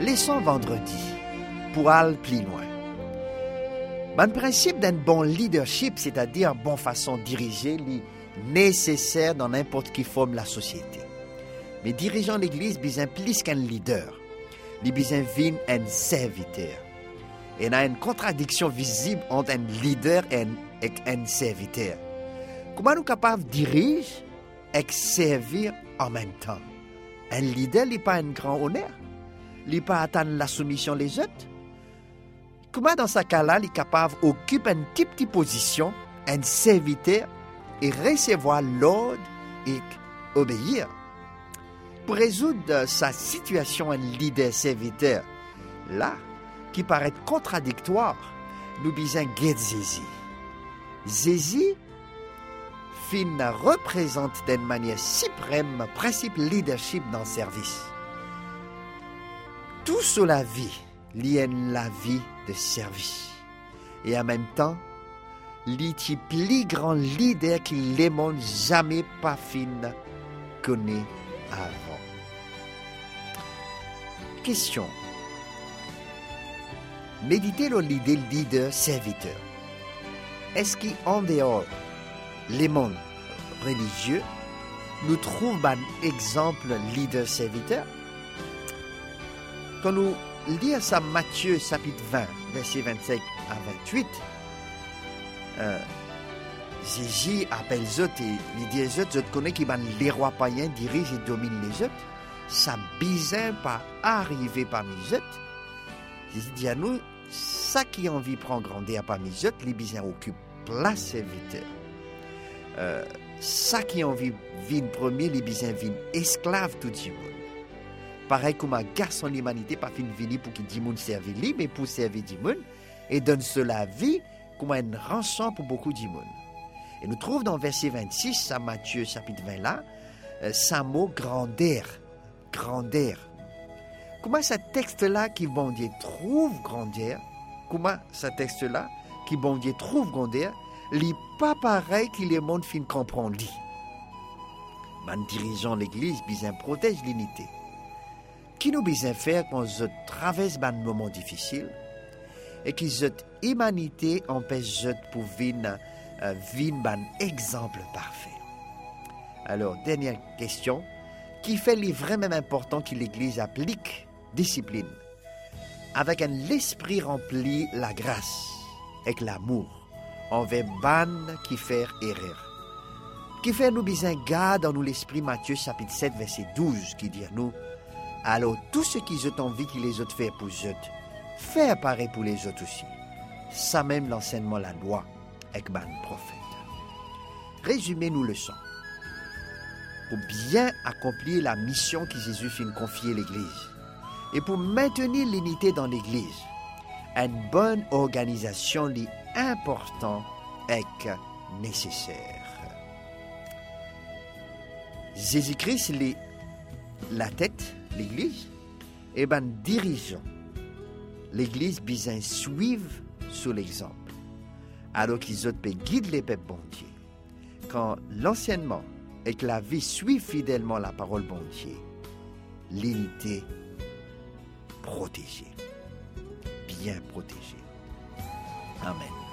Laissons vendredi pour aller plus loin. Le principe d'un bon leadership, c'est-à-dire bonne façon de diriger, est nécessaire dans n'importe qui forme de la société. Mais dirigeant l'Église, besoin plus qu'un leader. Il besoin un serviteur. Et il y a une contradiction visible entre un leader et un serviteur. Comment nous sommes capables de diriger et servir en même temps? Un leader n'est pas un grand honneur. Il n'est pas attendre la soumission des autres. Comment dans ce cas-là, il est capable d'occuper une petite position, un serviteur, et recevoir l'ordre et obéir? Pour résoudre sa situation, un leader-serviteur, là, qui paraît contradictoire, nous besoin guider Jésus. Jésus représente d'une manière suprême le principe leadership dans le service. Tout sur la vie, lié la vie de service. Et en même temps, le plus grand leader que le monde jamais pas connaît avant. Question. Méditez sur l'idée leader-serviteur. Est-ce qu'en dehors les mondes religieux, nous trouvons un exemple leader-serviteur? Quand nous lisons ça, Matthieu chapitre 20, versets 25 à 28, Jésus appelle les autres et il dit aux autres, je connais que les rois païens dirigent et dominent les autres. Ça bizarre pas arriver parmi les autres. Jésus dit à nous, ça qui a envie de prendre grandeur parmi les autres, les bizarres occupent place serviteur. Ça qui a envie de vivre premier, les bizarres vivent esclaves tout le monde. Pareil comme un garçon de l'humanité, pas fin venir pour qu'il monde serve lui, mais pour servir du monde, et donne cela vie comme un rançon pour beaucoup de monde. Et nous trouvons dans verset 26, à Matthieu chapitre 20 là, ça mot grandeur. Grandeur. Comment ce texte-là qui bon Dieu trouve grandeur, comment ce texte-là qui bon Dieu trouve grandeur, n'est pas pareil que le monde fin comprendre. Man dirigeant l'Église, besoin protège l'unité. Qui nous besoin faire quand je traverse un moment difficile et que cette humanité empêche pour vivre un exemple parfait. Alors, dernière question. Qui fait les vraiment important que l'Église applique discipline avec un esprit rempli la grâce et l'amour envers ban qui fait erreur. Qui fait nous besoin garde dans nous l'esprit Matthieu chapitre 7 verset 12 qui dit à nous alors tout ce qu'ils ont envie que les autres fassent pour eux autres, fait pareil pour les autres aussi. Ça même l'enseignement la loi avec ban prophète. Résumez-nous le son. Pour bien accomplir la mission que Jésus fit confier à l'Église et pour maintenir l'unité dans l'Église, une bonne organisation est importante et nécessaire. Jésus-Christ est la tête, l'Église, et dirigeant. L'Église besoin suivre sur l'exemple, alors qu'ils autres guident les peuples bon Dieu. Quand l'enseignement et que la vie suit fidèlement la parole bon Dieu, l'unité protégée, bien protégée. Amen.